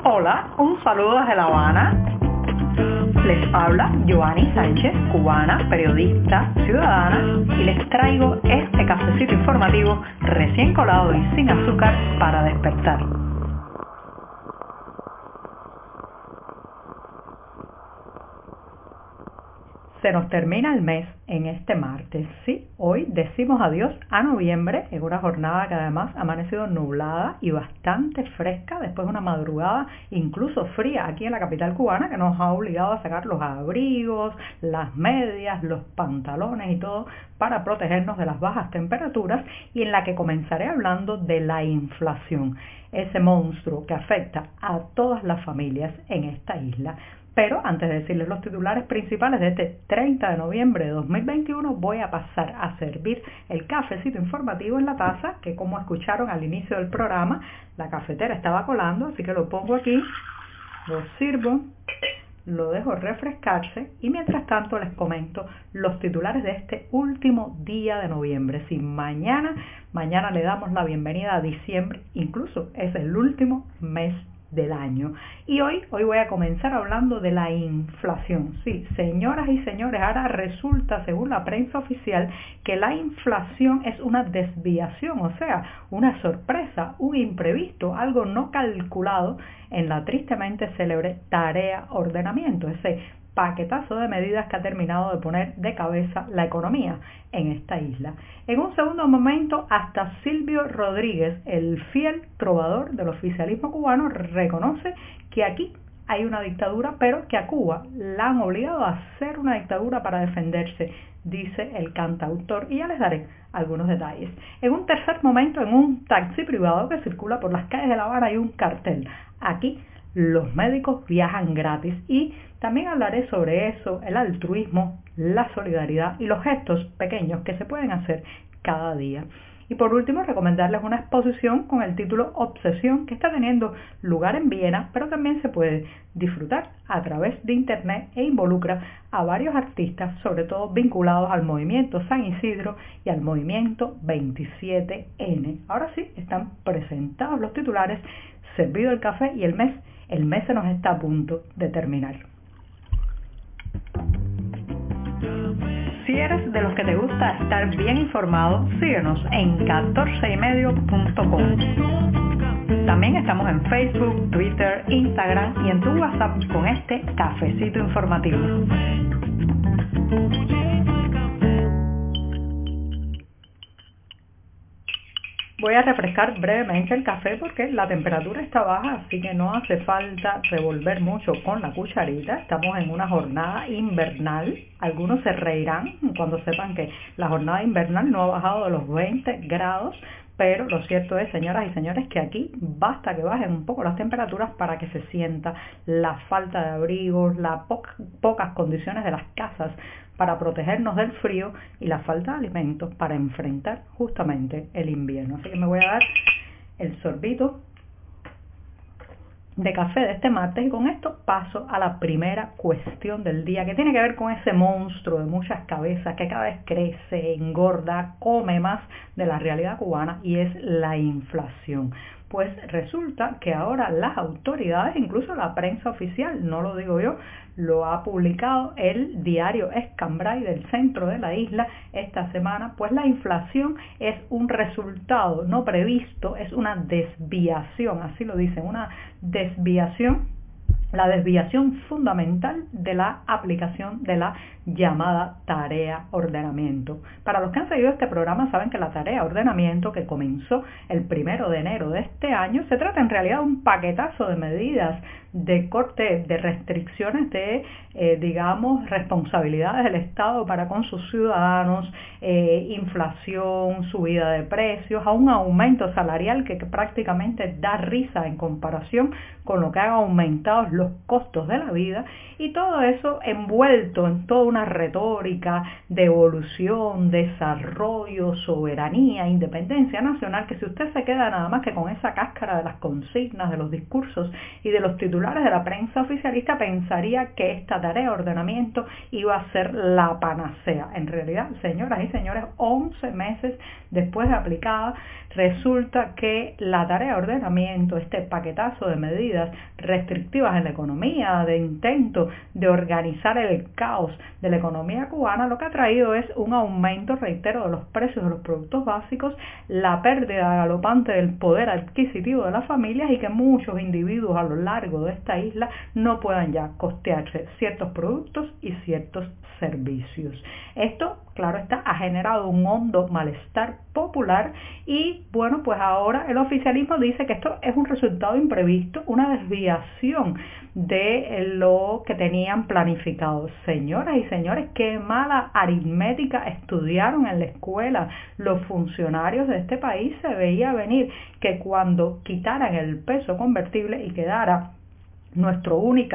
Hola, un saludo desde La Habana. Les habla Joanny Sánchez, cubana, periodista, ciudadana, y les traigo este cafecito informativo recién colado y sin azúcar para despertar. Se nos termina el mes en este martes, sí, hoy decimos adiós a noviembre en una jornada que además ha amanecido nublada y bastante fresca después de una madrugada incluso fría aquí en la capital cubana que nos ha obligado a sacar los abrigos, las medias, los pantalones y todo para protegernos de las bajas temperaturas y en la que comenzaré hablando de la inflación, ese monstruo que afecta a todas las familias en esta isla. Pero antes de decirles los titulares principales de este 30 de noviembre de 2021, voy a pasar a servir el cafecito informativo en la taza, que como escucharon al inicio del programa, la cafetera estaba colando, así que lo pongo aquí, lo sirvo, lo dejo refrescarse y mientras tanto les comento los titulares de este último día de noviembre. Si mañana le damos la bienvenida a diciembre, incluso es el último mes del año. Y hoy voy a comenzar hablando de la inflación. Sí, señoras y señores, ahora resulta, según la prensa oficial, que la inflación es una desviación, o sea, una sorpresa, un imprevisto, algo no calculado en la tristemente célebre tarea ordenamiento, ese paquetazo de medidas que ha terminado de poner de cabeza la economía en esta isla. En un segundo momento, hasta Silvio Rodríguez, el fiel trovador del oficialismo cubano, reconoce que aquí hay una dictadura, pero que a Cuba la han obligado a hacer una dictadura para defenderse, dice el cantautor, y ya les daré algunos detalles. En un tercer momento, en un taxi privado que circula por las calles de La Habana, hay un cartel. Aquí los médicos viajan gratis y también hablaré sobre eso, el altruismo, la solidaridad y los gestos pequeños que se pueden hacer cada día. Y por último, recomendarles una exposición con el título Obsesión que está teniendo lugar en Viena, pero también se puede disfrutar a través de internet e involucra a varios artistas, sobre todo vinculados al movimiento San Isidro y al movimiento 27N. Ahora sí, están presentados los titulares, servido el café y el mes se nos está a punto de terminar. Si eres de los que te gusta estar bien informado, síguenos en 14ymedio.com. También estamos en Facebook, Twitter, Instagram y en tu WhatsApp con este cafecito informativo. Voy a refrescar brevemente el café porque la temperatura está baja, así que no hace falta revolver mucho con la cucharita. Estamos en una jornada invernal. Algunos se reirán cuando sepan que la jornada invernal no ha bajado de los 20 grados, pero lo cierto es, señoras y señores, que aquí basta que bajen un poco las temperaturas para que se sienta la falta de abrigos, las pocas condiciones de las casas para protegernos del frío y la falta de alimentos para enfrentar justamente el invierno. Así que me voy a dar el sorbito de café de este martes y con esto paso a la primera cuestión del día que tiene que ver con ese monstruo de muchas cabezas que cada vez crece, engorda, come más de la realidad cubana y es la inflación. Pues resulta que ahora las autoridades, incluso la prensa oficial, no lo digo yo, lo ha publicado el diario Escambray del centro de la isla esta semana, pues la inflación es un resultado no previsto, es una desviación, así lo dicen, una desviación, la desviación fundamental de la aplicación de la llamada tarea ordenamiento. Para los que han seguido este programa saben que la tarea ordenamiento que comenzó el 1 de enero de este año se trata en realidad de un paquetazo de medidas de corte, de restricciones de, responsabilidades del Estado para con sus ciudadanos, inflación, subida de precios, a un aumento salarial que prácticamente da risa en comparación con lo que han aumentado los costos de la vida y todo eso envuelto en toda una una retórica de evolución, desarrollo, soberanía, independencia nacional, que si usted se queda nada más que con esa cáscara de las consignas, de los discursos y de los titulares de la prensa oficialista, pensaría que esta tarea de ordenamiento iba a ser la panacea. En realidad, señoras y señores, 11 meses después de aplicada, resulta que la tarea de ordenamiento, este paquetazo de medidas restrictivas en la economía, de intento de organizar el caos de la economía cubana, lo que ha traído es un aumento, reitero, de los precios de los productos básicos, la pérdida galopante del poder adquisitivo de las familias y que muchos individuos a lo largo de esta isla no puedan ya costearse ciertos productos y ciertos servicios. Esto, claro está, ha generado un hondo malestar popular y bueno, pues ahora el oficialismo dice que esto es un resultado imprevisto, una desviación de lo que tenían planificado. Señoras y señores, qué mala aritmética estudiaron en la escuela los funcionarios de este país. Se veía venir que cuando quitaran el peso convertible y quedara nuestro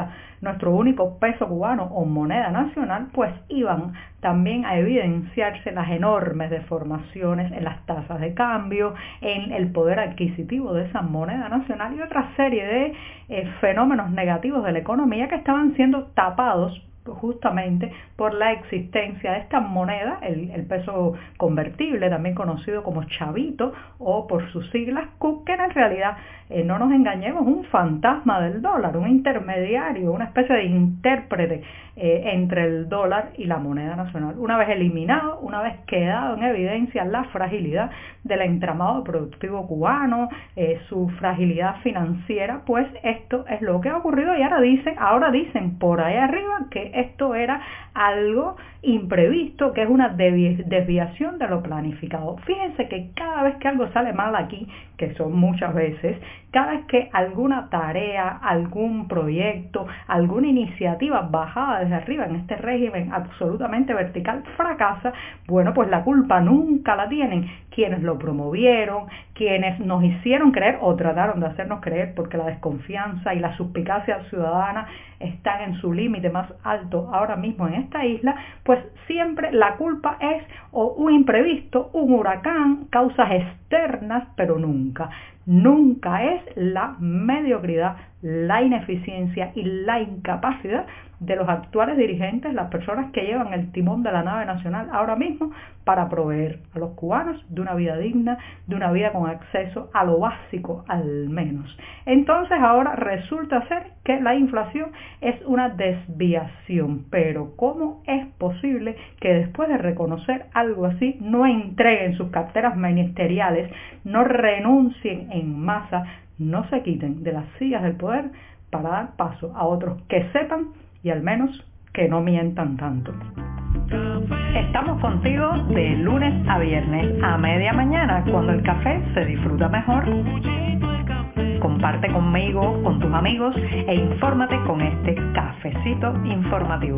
único peso cubano o moneda nacional, pues iban también a evidenciarse las enormes deformaciones en las tasas de cambio, en el poder adquisitivo de esa moneda nacional y otra serie de fenómenos negativos de la economía que estaban siendo tapados justamente por la existencia de esta moneda, el peso convertible, también conocido como chavito o por sus siglas CUC, que en realidad, no nos engañemos, un fantasma del dólar, un intermediario, una especie de intérprete entre el dólar y la moneda nacional. Una vez eliminado, una vez quedado en evidencia la fragilidad del entramado productivo cubano, su fragilidad financiera, pues esto es lo que ha ocurrido y ahora dicen por ahí arriba que esto era algo imprevisto, que es una desviación de lo planificado. Fíjense que cada vez que algo sale mal aquí, que son muchas veces, cada vez que alguna tarea, algún proyecto, alguna iniciativa bajada desde arriba en este régimen absolutamente vertical fracasa, bueno, pues la culpa nunca la tienen quienes lo promovieron, quienes nos hicieron creer o trataron de hacernos creer, porque la desconfianza y la suspicacia ciudadana están en su límite más alto ahora mismo en esta isla, pues siempre la culpa es o un imprevisto, un huracán, causas externas, pero nunca es la mediocridad, la ineficiencia y la incapacidad de los actuales dirigentes, las personas que llevan el timón de la nave nacional ahora mismo para proveer a los cubanos de una vida digna, de una vida con acceso a lo básico al menos. Entonces ahora resulta ser que la inflación es una desviación, pero ¿cómo es posible que después de reconocer algo así no entreguen sus carteras ministeriales, no renuncien en masa, no se quiten de las sillas del poder para dar paso a otros que sepan y al menos que no mientan tanto? Estamos contigo de lunes a viernes a media mañana, cuando el café se disfruta mejor. Comparte conmigo, con tus amigos e infórmate con este cafecito informativo.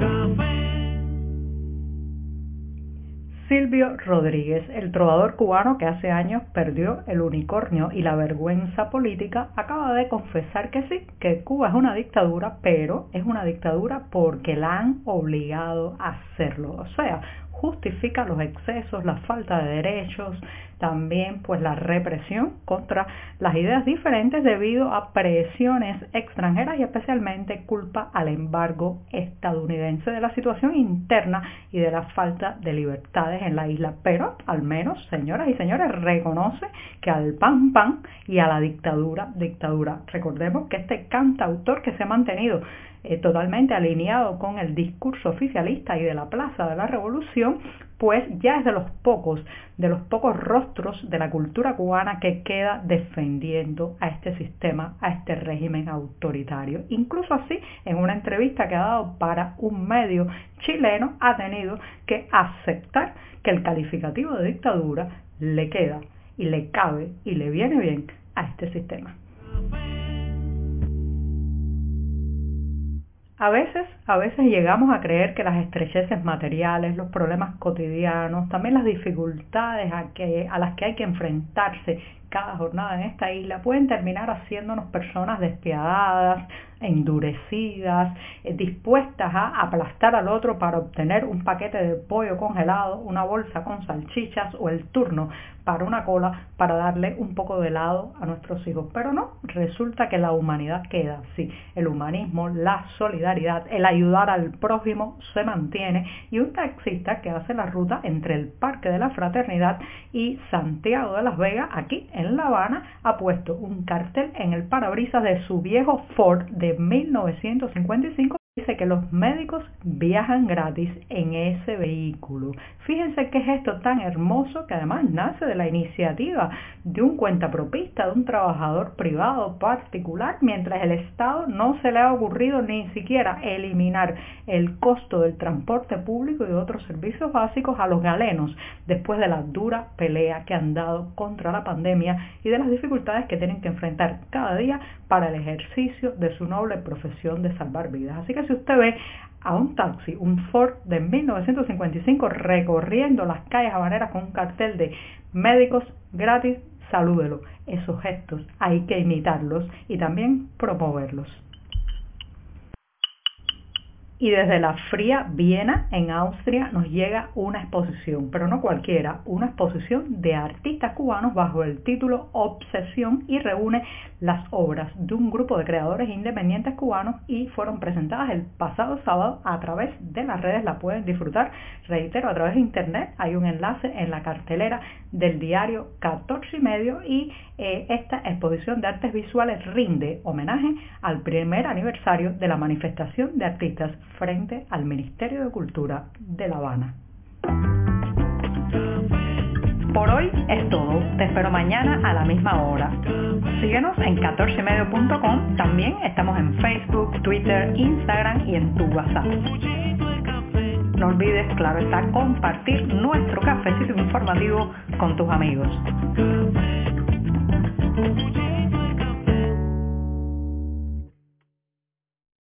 Silvio Rodríguez, el trovador cubano que hace años perdió el unicornio y la vergüenza política, acaba de confesar que sí, que Cuba es una dictadura, pero es una dictadura porque la han obligado a hacerlo. O sea, justifica los excesos, la falta de derechos, también pues la represión contra las ideas diferentes debido a presiones extranjeras y especialmente culpa al embargo estadounidense de la situación interna y de la falta de libertades en la isla. Pero al menos, señoras y señores, reconoce que al pan y a la dictadura. Recordemos que este cantautor que se ha mantenido totalmente alineado con el discurso oficialista y de la Plaza de la Revolución, pues ya es de los pocos rostros de la cultura cubana que queda defendiendo a este sistema, a este régimen autoritario. Incluso así, en una entrevista que ha dado para un medio chileno, ha tenido que aceptar que el calificativo de dictadura le queda y le cabe y le viene bien a este sistema. A veces llegamos a creer que las estrecheces materiales, los problemas cotidianos, también las dificultades a las que hay que enfrentarse cada jornada en esta isla pueden terminar haciéndonos personas despiadadas, endurecidas, dispuestas a aplastar al otro para obtener un paquete de pollo congelado, una bolsa con salchichas o el turno para una cola para darle un poco de helado a nuestros hijos. Pero no, resulta que la humanidad queda así. El humanismo, la solidaridad, el ayudar al prójimo se mantiene, y un taxista que hace la ruta entre el Parque de la Fraternidad y Santiago de Las Vegas, aquí en La Habana, ha puesto un cartel en el parabrisas de su viejo Ford de 1955. Dice que los médicos viajan gratis en ese vehículo. Fíjense qué gesto tan hermoso, que además nace de la iniciativa de un cuentapropista, de un trabajador privado particular, mientras el Estado no se le ha ocurrido ni siquiera eliminar el costo del transporte público y de otros servicios básicos a los galenos, después de la dura pelea que han dado contra la pandemia y de las dificultades que tienen que enfrentar cada día para el ejercicio de su noble profesión de salvar vidas. Así que si usted ve a un taxi, un Ford de 1955, recorriendo las calles habaneras con un cartel de médicos gratis, salúdelo. Esos gestos hay que imitarlos y también promoverlos. Y desde la fría Viena, en Austria, nos llega una exposición, pero no cualquiera, una exposición de artistas cubanos bajo el título Obsesión, y reúne las obras de un grupo de creadores independientes cubanos y fueron presentadas el pasado sábado a través de las redes. La pueden disfrutar, reitero, a través de internet. Hay un enlace en la cartelera del diario 14 y medio, y esta exposición de artes visuales rinde homenaje al primer aniversario de la manifestación de artistas frente al Ministerio de Cultura de La Habana. Por hoy es todo. Te espero mañana a la misma hora. Síguenos en 14medio.com. También estamos en Facebook, Twitter, Instagram y en tu WhatsApp. No olvides, claro está, compartir nuestro cafecito informativo con tus amigos.